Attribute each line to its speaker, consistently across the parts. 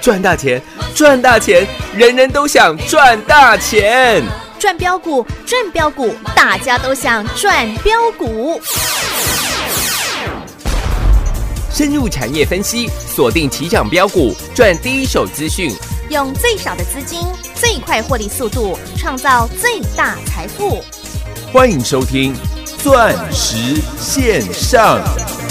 Speaker 1: 赚大钱，赚大钱，人人都想赚大钱。
Speaker 2: 赚标股，赚标股，大家都想赚标股。
Speaker 1: 深入产业分析，锁定起涨标股，赚第一手资讯，
Speaker 2: 用最少的资金，最快获利速度，创造最大财富。
Speaker 1: 欢迎收听钻石线上。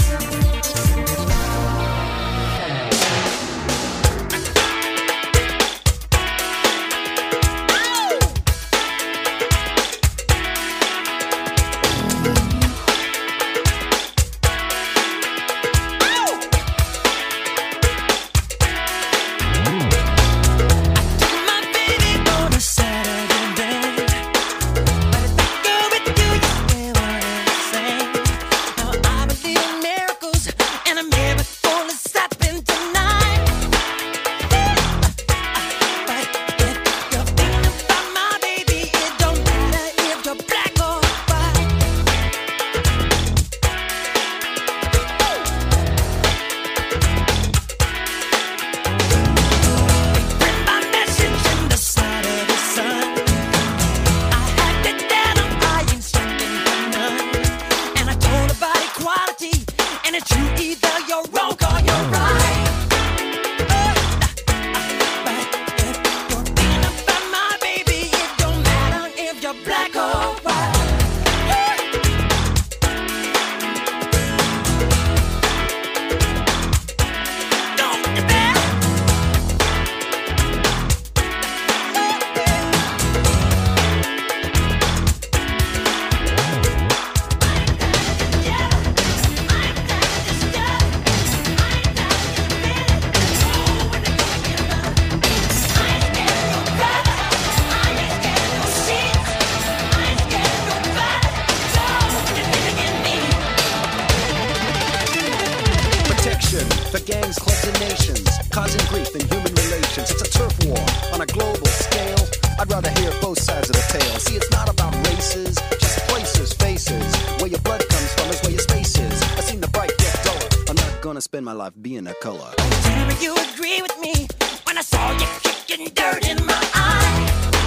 Speaker 3: Spend my life being a color. Tell me you agree with me when I saw you kicking dirt in my eye.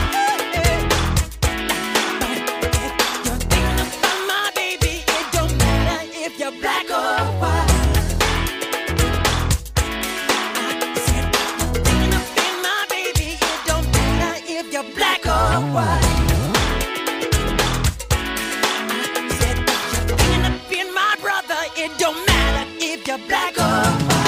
Speaker 3: You're thinking about my baby. It don't matter if you're black or white. I said you're thinking about my baby. It don't matter if you're black or white. I said you're thinking about my brother. It don't matter if you're black or white.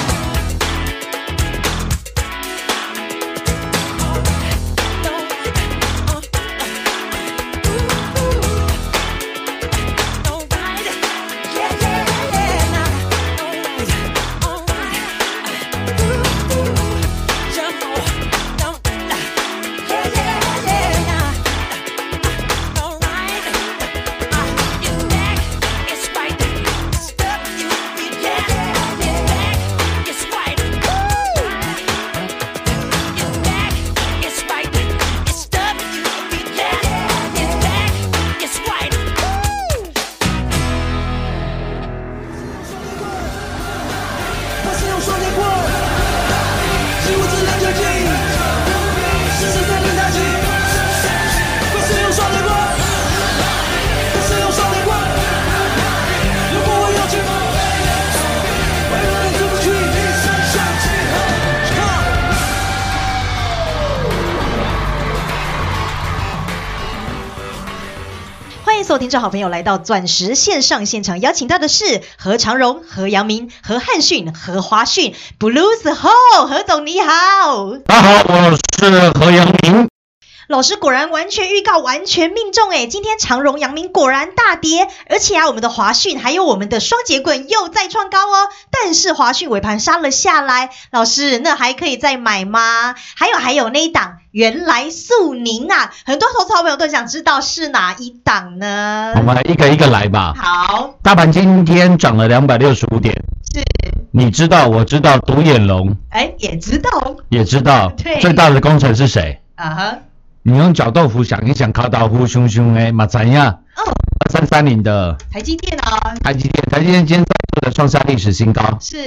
Speaker 4: 所有听众好朋友来到钻石线上现场，邀请到的是何长荣、何阳明、何汉逊、何华逊 Blues Ho， 何总你好。
Speaker 5: 大家好，我是何阳明。
Speaker 4: 老师果然完全预告，完全命中诶！今天长荣、阳明果然大跌，而且我们的华讯还有我们的双节棍又再创高哦。但是华讯尾盘杀了下来，老师那还可以再买吗？还有那一档原来素宁啊，很多投资好朋友都想知道是哪一档呢？
Speaker 5: 我们一个一个来吧。
Speaker 4: 好，
Speaker 5: 大盘今天涨了265点，
Speaker 4: 是
Speaker 5: 你知道，我知道，独眼龙，
Speaker 4: 也知道，
Speaker 5: 也知道，
Speaker 4: 对，
Speaker 5: 最大的功臣是谁？
Speaker 4: 啊哈。
Speaker 5: 你用角豆腐想一想，烤豆腐熊熊的嘛知影， 2330的
Speaker 4: 台积电啊，
Speaker 5: 台积电今天再度的创下历史新高，
Speaker 4: 是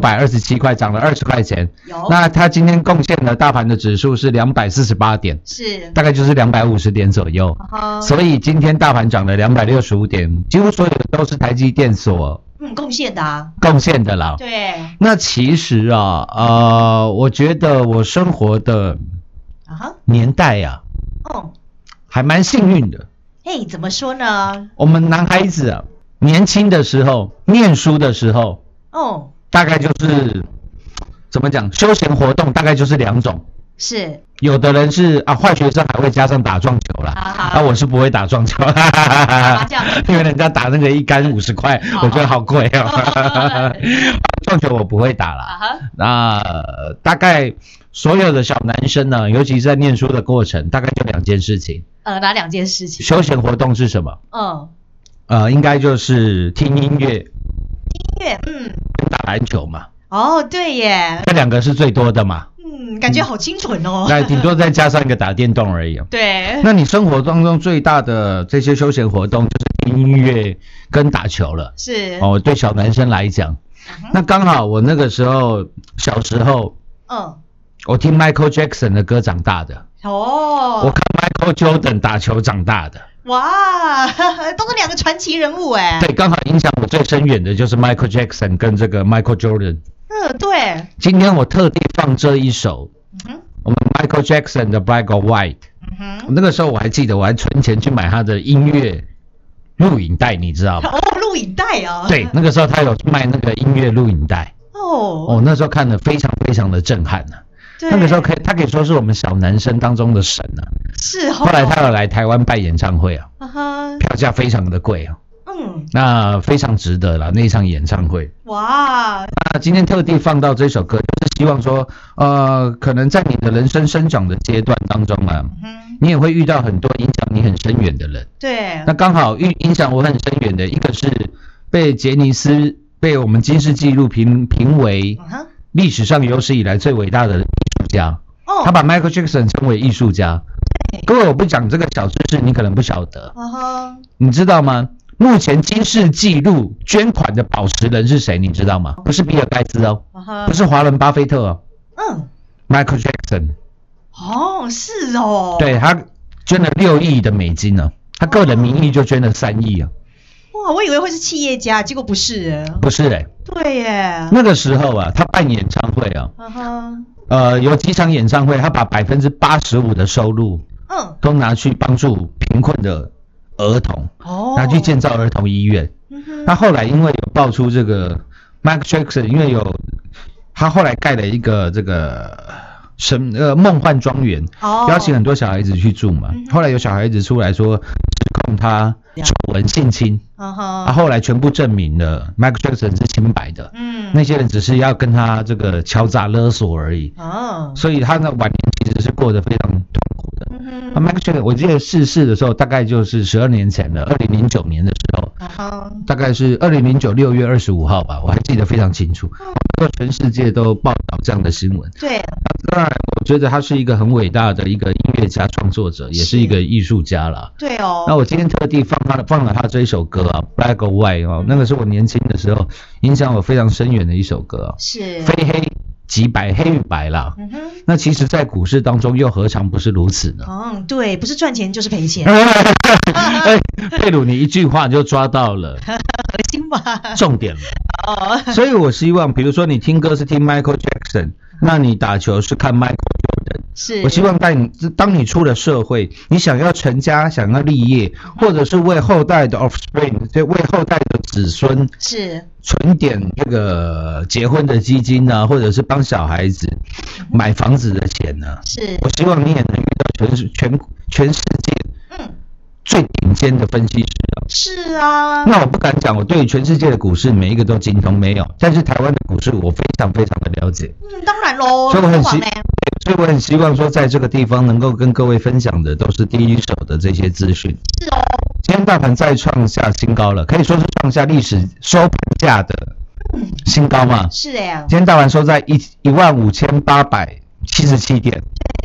Speaker 5: 627块，涨了20块钱。
Speaker 4: 有，
Speaker 5: 那它今天贡献了大盘的指数是248点，
Speaker 4: 是
Speaker 5: 大概就是250点左右。所以今天大盘涨了265点，几乎所有的都是台积电所
Speaker 4: 贡献的啊，
Speaker 5: 贡献的啦。
Speaker 4: 对，
Speaker 5: 那其实啊，我觉得我生活的年代啊，还蛮幸运的。
Speaker 4: 怎么说呢？
Speaker 5: 我们男孩子啊，年轻的时候念书的时候，大概就是怎么讲，休闲活动大概就是2种。
Speaker 4: 是，
Speaker 5: 有的人是坏学生还会加上打撞球啦，我是不会打撞球，因为人家打那个一杆50块，我觉得好贵哦。撞球我不会打啦。那大概所有的小男生呢，尤其是在念书的过程，大概就2件事情。
Speaker 4: 哪2件事情？
Speaker 5: 休闲活动是什么？应该就是听音乐，跟打篮球嘛。
Speaker 4: 对耶，
Speaker 5: 这2个是最多的嘛。
Speaker 4: 感觉好清纯哦。
Speaker 5: 那顶多再加上一个打电动而已。
Speaker 4: 对。
Speaker 5: 那你生活当中最大的这些休闲活动就是听音乐跟打球了。
Speaker 4: 是。
Speaker 5: 对小男生来讲，那刚好我那个时候小时候，我听 Michael Jackson 的歌长大的。我看 Michael Jordan 打球长大的。
Speaker 4: 哇，都是2个传奇人物哎。
Speaker 5: 对，刚好影响我最深远的就是 Michael Jackson 跟这个 Michael Jordan。
Speaker 4: 对。
Speaker 5: 今天我特地放这一首，我们 Michael Jackson 的 Black or White。那个时候我还记得，我还存钱去买他的音乐录影带，你知道吗？
Speaker 4: 录影带啊。
Speaker 5: 对，那个时候他有卖那个音乐录影带。那时候看得非常非常的震撼啊。那个时候他可以说是我们小男生当中的神啊。
Speaker 4: 是。
Speaker 5: 后来他有来台湾办演唱会啊，票价非常的贵啊。那非常值得啦，那一场演唱会。哇！那今天特地放到这首歌，就是希望说，可能在你的人生生长的阶段当中啊，你也会遇到很多影响你很深远的人。
Speaker 4: 对。
Speaker 5: 那刚好影响我很深远的一个是被我们金氏纪录评为历史上有史以来最伟大的艺术家。他把 Michael Jackson 称为艺术家。各位，我不讲这个小知识，你可能不晓得。你知道吗？目前金氏纪录捐款的保持人是谁？你知道吗？不是比尔盖茨哦，不是华伦巴菲特哦。Michael Jackson。
Speaker 4: 是哦。
Speaker 5: 对，他捐了6亿的美金呢，他个人名义就捐了3亿啊。
Speaker 4: 哇，我以为会是企业家，结果不是。
Speaker 5: 不是哎。
Speaker 4: 对耶。
Speaker 5: 那个时候啊，他办演唱会啊，有几场演唱会，他把85%的收入，都拿去帮助贫困的儿童，拿去建造儿童医院。他后来因为有爆出这个 Michael Jackson， 因为他后来盖了一个这个梦幻庄园，邀请很多小孩子去住嘛。后来有小孩子出来说指控他丑闻性侵，后来全部证明了 Michael Jackson 是清白的。那些人只是要跟他这个敲诈勒索而已。所以他的晚年其实是过得非常痛苦的。Michael Jackson 我记得逝世的时候大概就是12年前了，2009年的时候，大概是2009 6月25号吧，我还记得非常清楚。全世界都报道这样的新闻。
Speaker 4: 对。
Speaker 5: 当然，我觉得他是一个很伟大的一个音乐家、创作者，也是一个艺术家啦。
Speaker 4: 对哦。
Speaker 5: 那我今天特地放了他这一首歌啊，《Black or White》哦，那个是我年轻的时候影响我非常深远的一首歌啊。是。非黑即白，黑与白啦。那其实，在股市当中又何尝不是如此呢？
Speaker 4: 对，不是赚钱就是赔钱。
Speaker 5: 佩鲁，你一句话就抓到了核
Speaker 4: 心吧，
Speaker 5: 重点了。所以我希望，比如说你听歌是听 Michael Jackson， 那你打球是看 Michael Jordan。是。我希望当你出了社会，你想要成家、想要立业，或者是为后代的 offspring， 就为后代的子孙是存点这个结婚的基金啊，或者是帮小孩子买房子的钱呢。是。我希望你也能遇到全世界最顶尖的分析师啊。是啊。那我不敢讲我对全世界的股市每一个都精通，没有，但是台湾的股市我非常非常的了解。
Speaker 4: 当然咯。
Speaker 5: 所以我很希望说在这个地方能够跟各位分享的都是第一手的这些资讯。是哦。今天大盘再创下新高了，可以说是创下历史收盘价的新高嘛。是的呀。今天大盘收在15877点。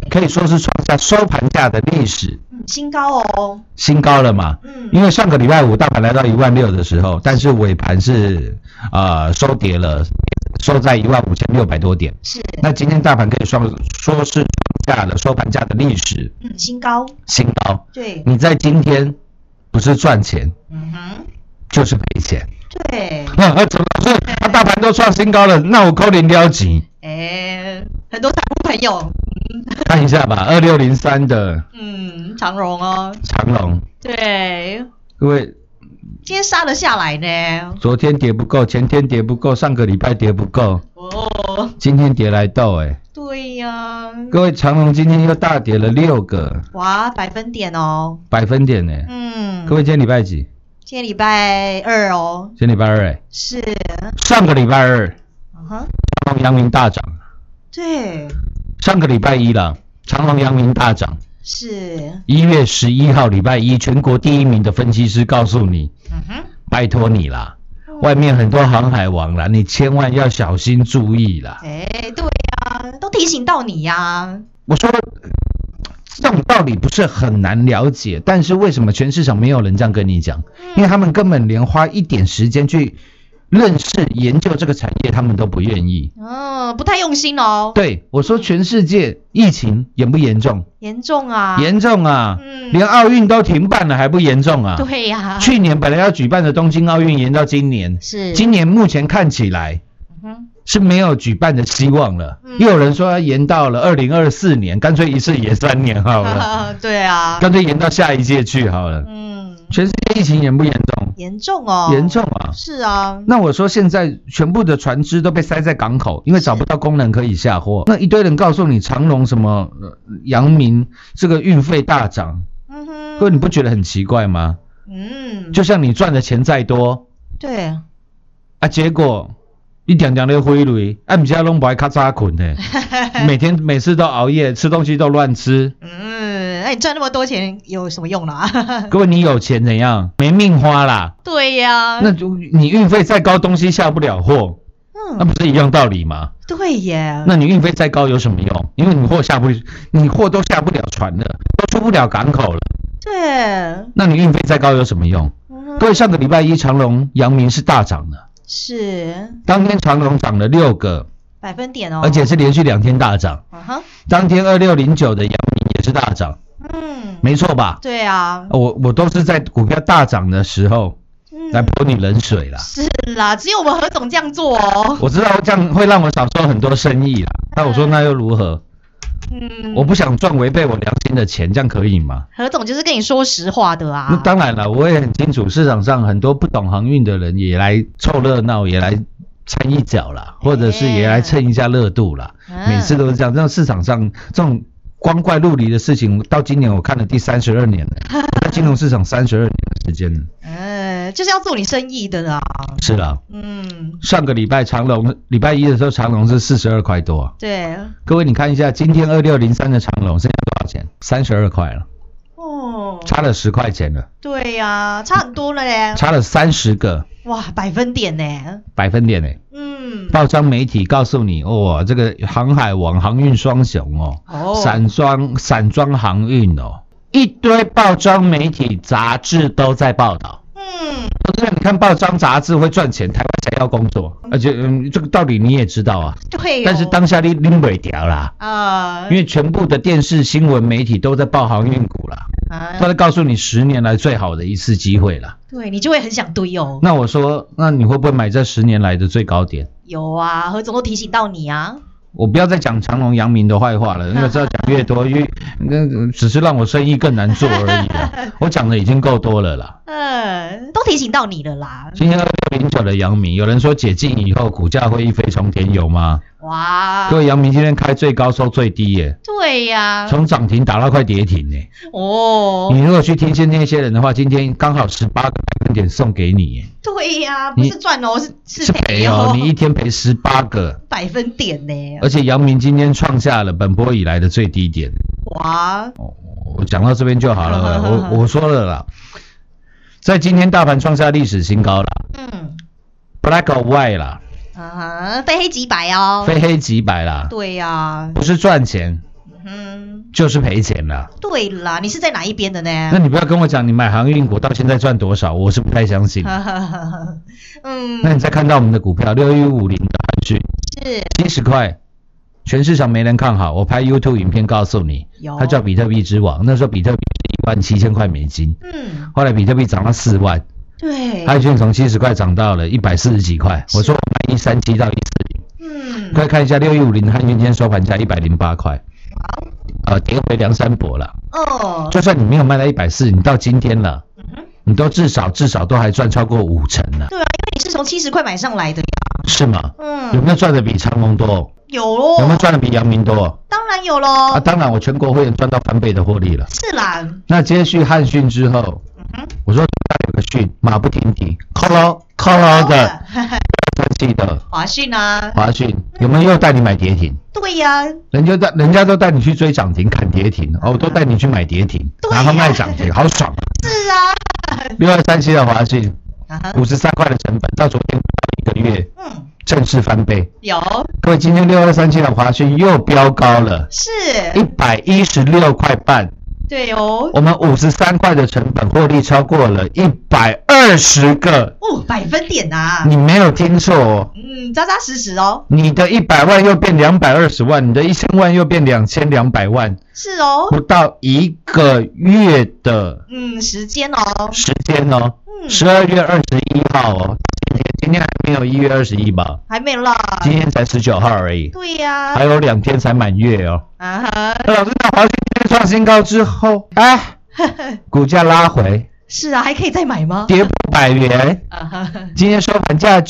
Speaker 5: 可以说是创下收盘价的历史
Speaker 4: 新高哦，
Speaker 5: 新高了嘛。因为上个礼拜五大盘来到16000的时候，但是尾盘是收跌了，收在15600多点。是。那今天大盘可以说是创下了收盘价的历史
Speaker 4: 新高。
Speaker 5: 新高。
Speaker 4: 对。
Speaker 5: 你在今天不是赚钱，就是赔钱。
Speaker 4: 对。
Speaker 5: 怎么是大盘都创新高了，那我扣零了钱。
Speaker 4: 很多财富朋友。
Speaker 5: 看一下吧，2603的，
Speaker 4: 长荣哦。
Speaker 5: 长荣。
Speaker 4: 对。
Speaker 5: 各位。
Speaker 4: 今天杀了下来呢。
Speaker 5: 昨天跌不够，前天跌不够，上个礼拜跌不够。今天跌来斗
Speaker 4: 对呀。
Speaker 5: 各位，长荣今天又大跌了6个。
Speaker 4: 哇，百分点哦。
Speaker 5: 百分点呢。各位，今天礼拜几？
Speaker 4: 今天礼拜2哦。
Speaker 5: 今天礼拜2
Speaker 4: 是。
Speaker 5: 上个礼拜2。长荣阳明大涨。
Speaker 4: 对。
Speaker 5: 上个礼拜1了，长荣阳明大涨。
Speaker 4: 是
Speaker 5: 1月11号礼拜1，全国第1名的分析师告诉你，拜托你啦，外面很多航海王啦，你千万要小心注意啦。
Speaker 4: 对呀，都提醒到你呀。
Speaker 5: 我说这种道理不是很难了解，但是为什么全市场没有人这样跟你讲？因为他们根本连花一点时间去认识研究这个产业他们都不愿意。
Speaker 4: 不太用心哦。
Speaker 5: 对，我说全世界疫情严不严重？
Speaker 4: 严重啊。
Speaker 5: 严重啊。连奥运都停办了还不严重啊？
Speaker 4: 对呀。去
Speaker 5: 年本来要举办的东京奥运延到今年。是。今年目前看起来是没有举办的希望了。又有人说要延到了2024年，干脆一次延3年好了。
Speaker 4: 对啊。
Speaker 5: 干脆延到下一届去好了。全世界疫情严不严重？
Speaker 4: 严重哦。
Speaker 5: 严重啊。
Speaker 4: 是啊。
Speaker 5: 那我说现在全部的船只都被塞在港口，因为找不到工人可以下货。那一堆人告诉你长荣什么阳明这个运费大涨，各位你不觉得很奇怪吗？就像你赚的钱再多，
Speaker 4: 对
Speaker 5: 啊，结果你点点的回雷，不是都不爱较早困的，每次都熬夜，吃东西都乱吃。
Speaker 4: 那你赚那么多钱有什么用啦？
Speaker 5: 各位，你有钱怎样？没命花啦。对呀。那就你运费再高，东西下不了货，那不是一样道理吗？
Speaker 4: 对耶。
Speaker 5: 那你运费再高有什么用？因为你货都下不了船了，都出不了港口了。
Speaker 4: 对。
Speaker 5: 那你运费再高有什么用？各位，上个礼拜1长荣、阳明是大涨的。
Speaker 4: 是。
Speaker 5: 当天长荣涨了6个
Speaker 4: 百分点哦，
Speaker 5: 而且是连续2天大涨。当天2609的阳明也是大涨。没错吧？
Speaker 4: 对啊。
Speaker 5: 我都是在股票大涨的时候来泼你冷水啦。
Speaker 4: 是啦，只有我们何总这样做哦。
Speaker 5: 我知道这样会让我少收很多生意啦，但我说那又如何？我不想赚违背我良心的钱，这样可以吗？
Speaker 4: 何总就是跟你说实话的啊。
Speaker 5: 那当然了，我也很清楚，市场上很多不懂航运的人也来凑热闹，也来掺一脚啦，或者是也来蹭一下热度啦。每次都是这样，这种市场上这种光怪陆离的事情，到今年我看了第32年了，我在金融市场32年的时间了。
Speaker 4: 就是要做你生意的啦。
Speaker 5: 是啦。上个礼拜长荣礼拜1的时候，长荣是42块多。
Speaker 4: 对。
Speaker 5: 各位你看一下，今天2603的长荣剩下多少钱？32块了。差了10块钱了。
Speaker 4: 对呀，差很多了嘞。
Speaker 5: 差了30个。
Speaker 4: 哇，百分点呢？
Speaker 5: 百分点呢？报章媒体告诉你，这个航海王航运双雄散装航运一堆报章媒体杂志都在报道。你看报章杂志会赚钱，台湾才要工作，而且这个道理你也知道啊。对。但是当下你拎不掉啦。因为全部的电视新闻媒体都在报航运股啦，都在告诉你10年来最好的一次机会啦。
Speaker 4: 对，你就会很想堆哦。
Speaker 5: 那我说，那你会不会买这10年来的最高点？
Speaker 4: 有啊，何总都提醒到你啊。
Speaker 5: 我不要再讲长荣、阳明的坏话了，因为这要讲越多，只是让我生意更难做而已啦。我讲的已经够多了啦。
Speaker 4: 都提醒到你了啦。
Speaker 5: 今天2609的阳明，有人说解禁以后股价会一飞冲天，有吗？哇！各位，阳明今天开最高收最低耶。
Speaker 4: 对呀。
Speaker 5: 从涨停打到快跌停耶。你如果去听见那些人的话，今天刚好18个百分点送给你耶。
Speaker 4: 对呀，不是赚哦，是赔哦。
Speaker 5: 你一天赔18个
Speaker 4: 百分点呢。
Speaker 5: 而且阳明今天创下了本波以来的最低点。
Speaker 4: 哇！
Speaker 5: 我讲到这边就好了。我说了啦，在今天大盘创下历史新高啦。Black or white 啦。
Speaker 4: 非黑即白哦。
Speaker 5: 非黑即白啦。
Speaker 4: 对呀。
Speaker 5: 不是赚钱。 就是赔钱了。
Speaker 4: 对啦，你是在哪一边的呢？
Speaker 5: 那你不要跟我讲你买航运股到现在赚多少，我是不太相信。那你再看到我们的股票6150的汉讯是70块，全市场没人看好，我拍 YouTube 影片告诉你，它叫比特币之王。那时候比特币是17000块美金，后来比特币涨到4万，对，汉讯从70块涨到了140几块。我说我买137到140，快看一下6150的汉讯今天收盘价108块。跌回梁山伯了。就算你没有卖到140，你到今天了，你都至少都还赚超过50%了。
Speaker 4: 对啊，因为你是从70块买上来的呀。
Speaker 5: 是吗？有没有赚的比长荣多？
Speaker 4: 有咯。
Speaker 5: 有没有赚的比阳明多？
Speaker 4: 当然有咯。
Speaker 5: 当然我全国会员赚到翻倍的获利了。
Speaker 4: 是啦。
Speaker 5: 那接续汉讯之后，我说有个讯，马不停蹄，扣咯的。3的
Speaker 4: 华讯啊，
Speaker 5: 华讯有没有又带你买跌停？
Speaker 4: 对呀，
Speaker 5: 人家都带你去追涨停、砍跌停，我都带你去买跌停，然后卖涨停，好爽。
Speaker 4: 是啊
Speaker 5: ，6237的华讯，53块的成本，到昨天1个月，正式翻倍。有，各位，今天6237的华讯又飙高了，是116块半。对哦，我们53块的成本获利超过了120个
Speaker 4: 百分点啊！
Speaker 5: 你没有听错哦，
Speaker 4: 扎扎实实哦。
Speaker 5: 你的100万又变220万，你的1000万又变2200万，是哦，不到1个月的
Speaker 4: 时间哦
Speaker 5: ，12月21号哦。今天还没有1月21吧？
Speaker 4: 还没啦，
Speaker 5: 今天才19号而已。
Speaker 4: 对呀，
Speaker 5: 还有2天才满月哦。老师，那华讯今天创新高之后，股价拉回。
Speaker 4: 是啊，还可以再买吗？
Speaker 5: 跌破100元。今天收盘价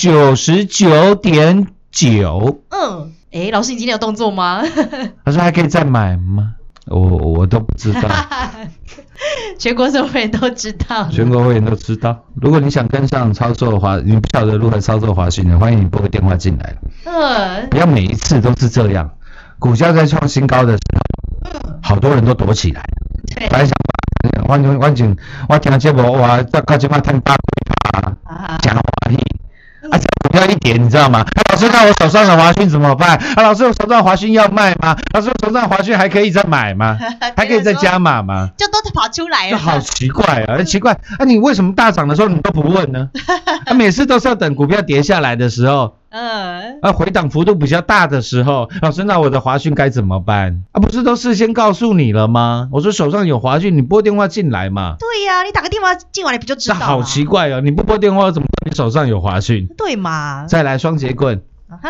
Speaker 5: 99.9。
Speaker 4: 老师，你今天有动作吗？
Speaker 5: 老师还可以再买吗？我都不知道。
Speaker 4: 全国所有人都知道，
Speaker 5: 全国会员都知道。如果你想跟上操作你不晓得如何操作华讯的，欢迎你拨个电话进来。不要每一次都是这样，股价在创新高的时候，好多人都躲起来。本来想我听节目哇，到现在赚8块讲华讯。讲股票一点，你知道吗？老师，那我手上的华讯怎么办？老师，我手上的华讯要卖吗？老师，我手上的华讯还可以再买吗？还可以再加码吗？
Speaker 4: 就都跑出来了，
Speaker 5: 就好奇怪啊！奇怪，你为什么大涨的时候你都不问呢？每次都是要等股票跌下来的时候，回档幅度比较大的时候，老师，那我的华讯该怎么办？不是都事先告诉你了吗？我说手上有华讯，你拨电话进来嘛。
Speaker 4: 对呀，你打个电话进来不就知道了？
Speaker 5: 好奇怪哦，你不拨电话怎么知道你手上有华讯？
Speaker 4: 对嘛？
Speaker 5: 再来双节棍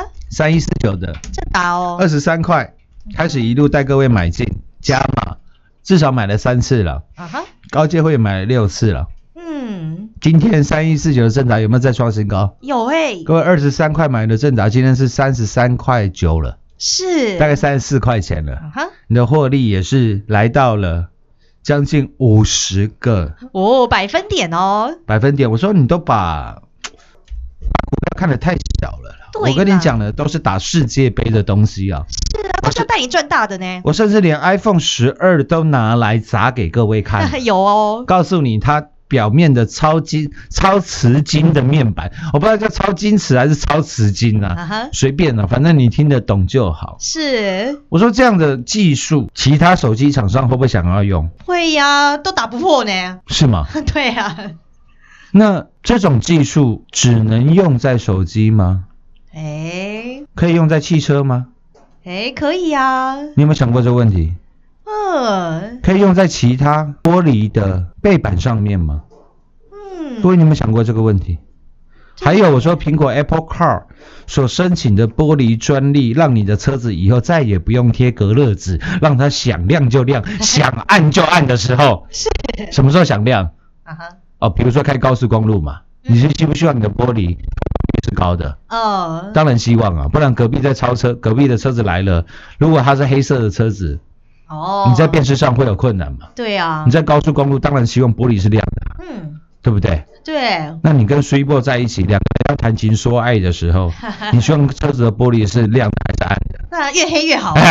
Speaker 5: ，3149的
Speaker 4: 正打哦
Speaker 5: ，23块，开始一路带各位买进加码，至少买了3次了，高阶会买了6次了。今天3149的正达有没有再创新高？
Speaker 4: 有
Speaker 5: 各位23块买的正达，今天是33块9了，
Speaker 4: 是
Speaker 5: 大概34块钱了。你的获利也是来到了将近50个
Speaker 4: 百分点哦。
Speaker 5: 百分点，我说你都把股票看得太小了。我跟你讲的都是打世界杯的东西啊。
Speaker 4: 是啊，都是要带你赚大的呢。
Speaker 5: 我甚至连 iPhone 12都拿来砸给各位看。
Speaker 4: 有哦，
Speaker 5: 告诉你它表面的超瓷金的面板，我不知道叫超金瓷还是超瓷金啊，随便了，反正你听得懂就好。
Speaker 4: 是，
Speaker 5: 我说这样的技术，其他手机厂商会不会想要用？
Speaker 4: 会呀，都打不破呢。
Speaker 5: 是吗？
Speaker 4: 对啊。
Speaker 5: 那这种技术只能用在手机吗？可以用在汽车吗？
Speaker 4: 可以啊。
Speaker 5: 你有没有想过这个问题？可以用在其他玻璃的背板上面吗？各位，你有没有想过这个问题？还有我说苹果 Apple Car 所申请的玻璃专利，让你的车子以后再也不用贴隔热纸，让它想亮就亮，想按就按的时候，什么时候想亮？比如说开高速公路嘛，你是希不希望你的玻璃是高的？当然希望啊，不然隔壁在超车，隔壁的车子来了，如果它是黑色的车子，你在辨识上会有困难嘛？
Speaker 4: 对啊。
Speaker 5: 你在高速公路当然希望玻璃是亮的，对不对？
Speaker 4: 对。
Speaker 5: 那你跟 Super 在一起，两个人要谈情说爱的时候，你希望车子的玻璃是亮的还是暗的？
Speaker 4: 那越黑越好。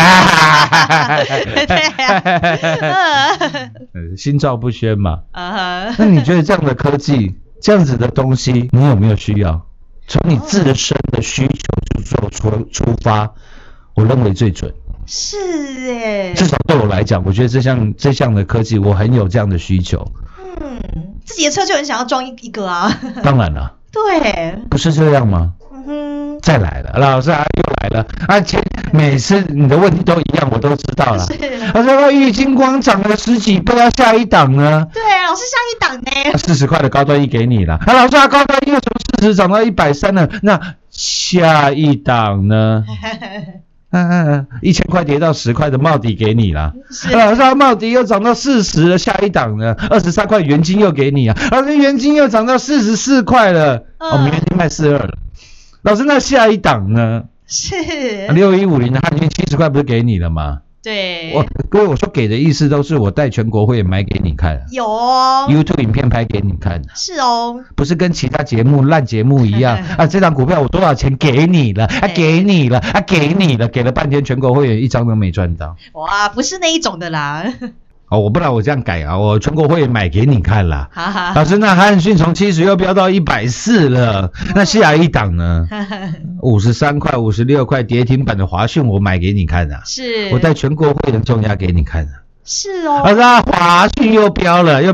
Speaker 4: 对
Speaker 5: 啊。心照不宣嘛。那你觉得这样的科技，这样子的东西，你有没有需要？从你自身的需求去做出发，我认为最准。
Speaker 4: 是耶，
Speaker 5: 至少对我来讲，我觉得这项的科技，我很有这样的需求。
Speaker 4: 自己的车就很想要装一个啊。
Speaker 5: 当然了。
Speaker 4: 对。
Speaker 5: 不是这样吗？再来了，老师啊，又来了啊！每次你的问题都一样，我都知道了。老师，玉晶光涨了10几倍，要下一档呢？
Speaker 4: 对啊，老师下一档呢
Speaker 5: ？40块的高端1给你了。啊，老师啊，高端1又从40涨到130了，那下一档呢？1000块跌到10块的茂迪给你了。老师啊，茂迪又涨到40了，下一档呢？23块元晶又给你啊。老师，元晶又涨到44块了，明天卖42了。老师，那下一档呢？是6150的汉军70块不是给你了吗？
Speaker 4: 对，
Speaker 5: 各位，我说给的意思都是我带全国会员买给你看，
Speaker 4: 有哦
Speaker 5: ，YouTube 影片拍给你看，
Speaker 4: 是哦，
Speaker 5: 不是跟其他节目烂节目一样啊，这档股票我多少钱给你了啊，给你了啊，给你了，给了半天全国会员一张都没赚到，
Speaker 4: 哇，不是那一种的啦。
Speaker 5: 不然我这样改啊，我全国会员买给你看啦。老师，那汉讯从70又飙到140了，那下一档呢？53块、56块跌停板的华讯，我买给你看啊。是，我带全国会员重压给你看啊。
Speaker 4: 是哦。
Speaker 5: 老师啊，华讯又飙了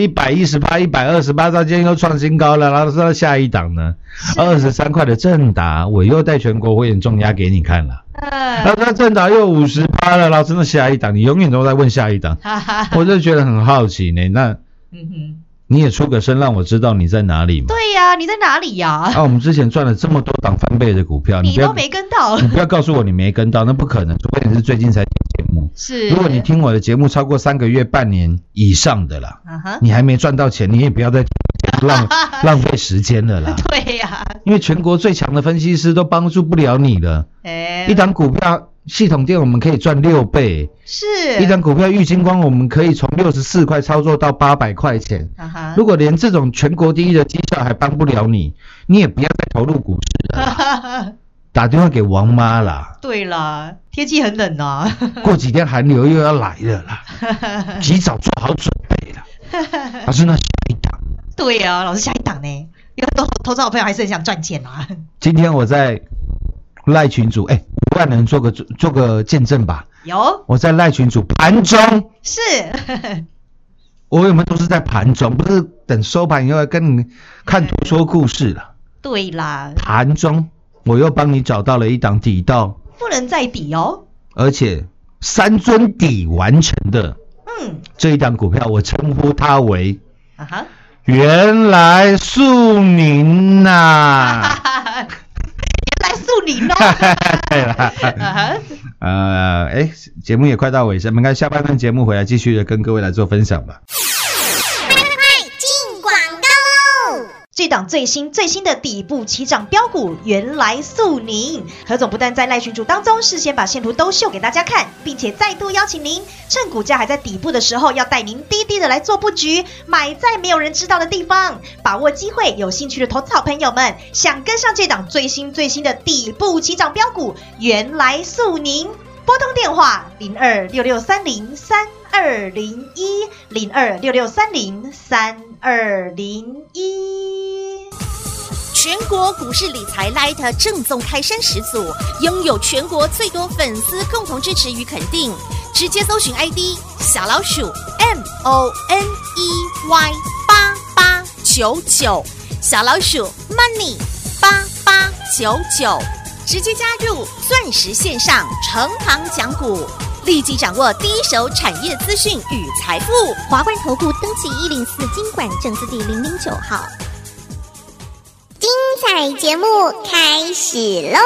Speaker 5: 118%、128%，到今天又创新高了。老师，那下一档呢？23块的正达，我又带全国会员重压给你看了。老师，正达又50%了。老师，那下一档，你永远都在问下一档，我就觉得很好奇呢。那，你也出个声让我知道你在哪里嘛？
Speaker 4: 对呀，你在哪里呀？
Speaker 5: 我们之前赚了这么多档翻倍的股票，
Speaker 4: 你都没跟到。
Speaker 5: 你不要告诉我你没跟到，那不可能，除非你是最近才听节目。是，如果你听我的节目超过3个月、半年以上的啦，你还没赚到钱，你也不要再浪费时间了啦。
Speaker 4: 对呀，
Speaker 5: 因为全国最强的分析师都帮助不了你了。一档股票系统店我们可以赚6倍，是一档股票玉晶光我们可以从64块操作到800块钱。如果连这种全国第一的绩效还帮不了你，你也不要再投入股市了。打电话给王妈啦。
Speaker 4: 对啦，天气很冷啊，
Speaker 5: 过几天寒流又要来了啦，及早做好准备了。老师，那下一档？
Speaker 4: 对啊，老师下一档呢？因为投资好朋友还是很想赚钱啊。
Speaker 5: 今天我在赖群组，5万人做个见证吧。
Speaker 4: 有，
Speaker 5: 我在赖群组盘中
Speaker 4: 是，
Speaker 5: 我们都是在盘中，不是等收盘以后跟你看图说故事了。
Speaker 4: 对啦，
Speaker 5: 盘中我又帮你找到了一档底到
Speaker 4: 不能再底哦，
Speaker 5: 而且3尊底完成的。这一档股票我称呼它为原来素宁呐。
Speaker 4: 素宁哦。
Speaker 5: 对啦，节目也快到尾声，我们看下半段节目回来继续的跟各位来做分享吧。
Speaker 4: 这档最新的底部起涨标股，原来素宁。何总不但在赖群组当中事先把线图都秀给大家看，并且再度邀请您，趁股价还在底部的时候，要带您低低的来做布局，买在没有人知道的地方，把握机会。有兴趣的投资好朋友们，想跟上这档最新的底部起涨标股，原来素宁。拨通电话0266303201，0266303201。
Speaker 2: 全国股市理财 Light 正宗开山始祖，拥有全国最多粉丝共同支持与肯定。直接搜寻 ID 小老鼠 MONEY8899， 小老鼠 Money 8899，直接加入钻石线上成行讲股，立即掌握第一手产业资讯与财富。华冠投顾登记104金管证字第009号。精彩节目开始喽！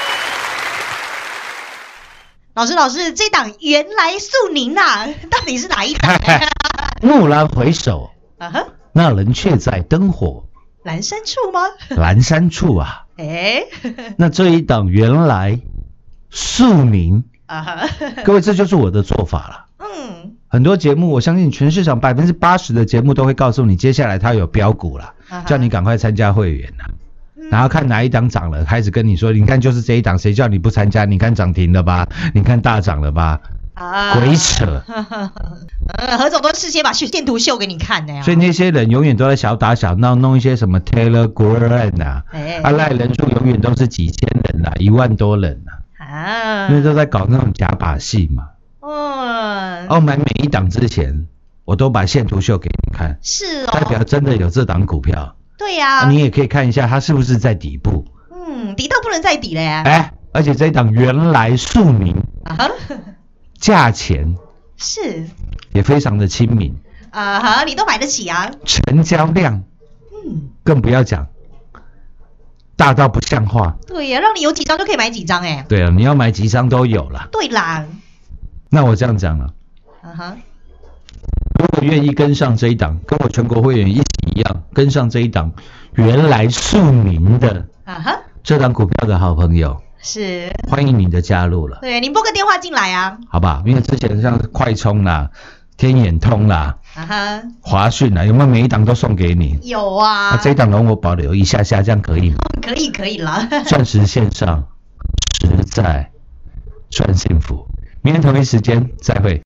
Speaker 4: 老师，这档原来素宁啊，到底是哪一档？
Speaker 5: 蓦然回首，那人却在灯火
Speaker 4: 阑珊处吗？
Speaker 5: 阑珊处啊！那这一档原来素宁各位，这就是我的做法了。很多节目，我相信全市场80%的节目都会告诉你，接下来它有标股了，叫你赶快参加会员了。然后看哪一档涨了，开始跟你说，你看就是这一档，谁叫你不参加？你看涨停了吧？你看大涨了吧？鬼扯！
Speaker 4: 何总都事先把线图秀给你看的呀。
Speaker 5: 所以那些人永远都在小打小闹，弄一些什么 Telegram 啊，赖人数永远都是几千人啊，1万多人啊。 啊，因为都在搞那种假把戏嘛。买每一档之前，我都把线图秀给你看，
Speaker 4: 是哦，
Speaker 5: 代表真的有这档股票。
Speaker 4: 对呀，
Speaker 5: 你也可以看一下它是不是在底部。
Speaker 4: 底到不能再底了呀。
Speaker 5: 而且这一档原来庶民，价钱
Speaker 4: 是
Speaker 5: 也非常的亲民。
Speaker 4: 你都买得起啊？
Speaker 5: 成交量，更不要讲。大到不像话。
Speaker 4: 对呀，让你有几张就可以买几张
Speaker 5: 对啊，你要买几张都有啦。
Speaker 4: 对啦。
Speaker 5: 那我这样讲了。如果愿意跟上这一档，跟我全国会员一起一样，跟上这一档原来庶民的这档股票的好朋友，
Speaker 4: 是
Speaker 5: 欢迎你的加入了。
Speaker 4: 对，您拨个电话进来啊，
Speaker 5: 好吧？因为之前像快充啦、天眼通啦、华讯啦，有没有每一档都送给你？
Speaker 4: 有啊。
Speaker 5: 这一档容我保留一下下，这样可以吗？
Speaker 4: 可以啦。
Speaker 5: 钻石线上，实在赚幸福。明天同一时间再会。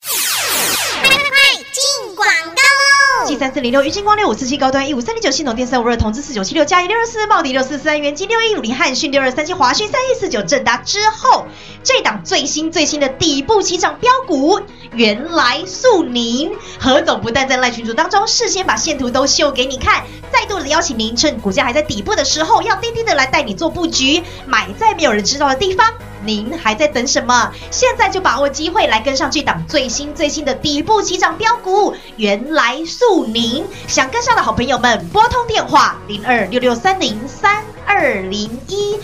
Speaker 4: 7340玉金光6547高端15309系统电352同志4976嘉义624茂迪643元金6150汉讯6237华讯3149正达之后，这档最新的底部起涨标股原来速宁，何总不但在赖群组当中事先把线图都秀给你看，再度的邀请您趁股价还在底部的时候，要滴滴的来带你做布局，买在没有人知道的地方。您还在等什么？现在就把握机会来跟上这档最新的底部起涨标股原来速宁，想跟上的好朋友们拨通电话0266303201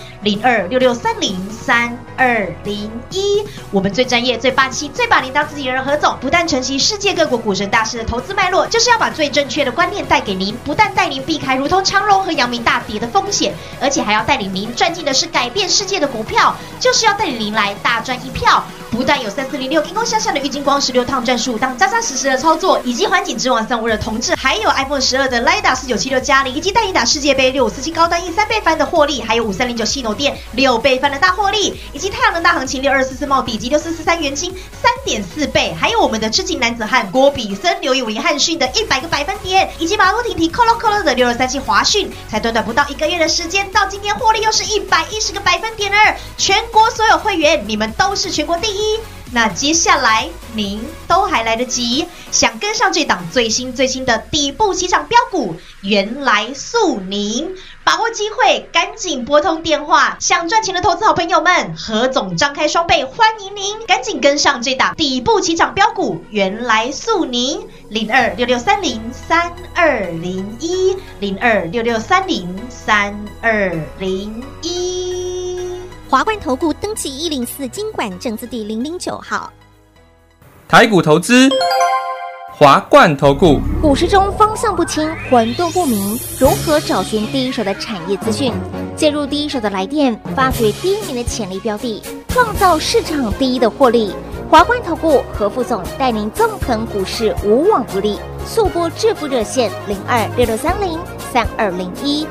Speaker 4: 0266303201，我们最专业最霸气最把您当自己人何总，不但承袭世界各国股神大师的投资脉络，就是要把最正确的观念带给您，不但带您避开如同长荣和阳明大跌的风险，而且还要带领您赚进的是改变世界的股票，就是要带领您来大赚一票。不但有3406天空向下的郁金光16趟战术当扎扎实实的操作，以及环景之王352的同志，还有 iPhone 12的 LiDAR 4976嘉玲，以及带你打世界杯6547高端13倍翻的获利，还有5309系统店6倍翻的大获利，以及太阳能大行情6244茂底及6443元金 3.4 倍，还有我们的知情男子汉郭比森615汉讯的100个百分点，以及马不停蹄扣了的6237华讯，才短短不到1个月的时间，到今天获利又是110个百分点了。全国所有会员，你们都是全国第一。那接下来您都还来得及，想跟上这档最新的底部起涨标股原来速宁，把握机会赶紧拨通电话，想赚钱的投资好朋友们，何总张开双臂欢迎您，赶紧跟上这档底部起涨标股原来速宁0266303201 0266303201。
Speaker 2: 华冠投顾登记104金管证字第009号。
Speaker 6: 台股投资，华冠投顾。
Speaker 2: 股市中方向不清、混沌不明，如何找寻第一手的产业资讯？介入第一手的来电，发掘第一名的潜力标的，创造市场第一的获利。华冠投顾何副总带领纵横股市，无往不利。速播致富热线0266303201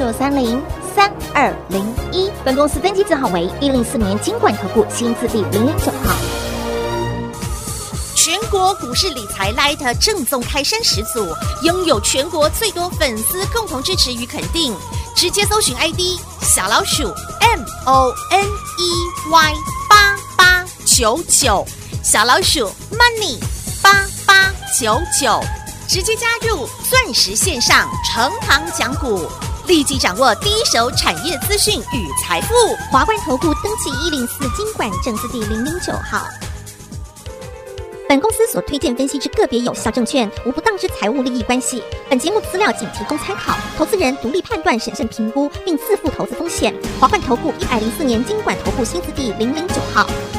Speaker 2: 66303201，本公司登记字号为104年金管投顾新字第009号。全国股市理财 Light 正宗开山始祖，拥有全国最多粉丝共同支持与肯定。直接搜寻 ID 小老鼠 MONEY8899， 小老鼠 Money 8899，直接加入钻石线上成行讲股，立即掌握第一手产业资讯与财富。华冠投顾登记104金管证字第009号。本公司所推荐分析之个别有效证券，无不当之财务利益关系。本节目资料仅提供参考，投资人独立判断、审慎评估，并自负投资风险。华冠投顾104年金管投顾新字第009号。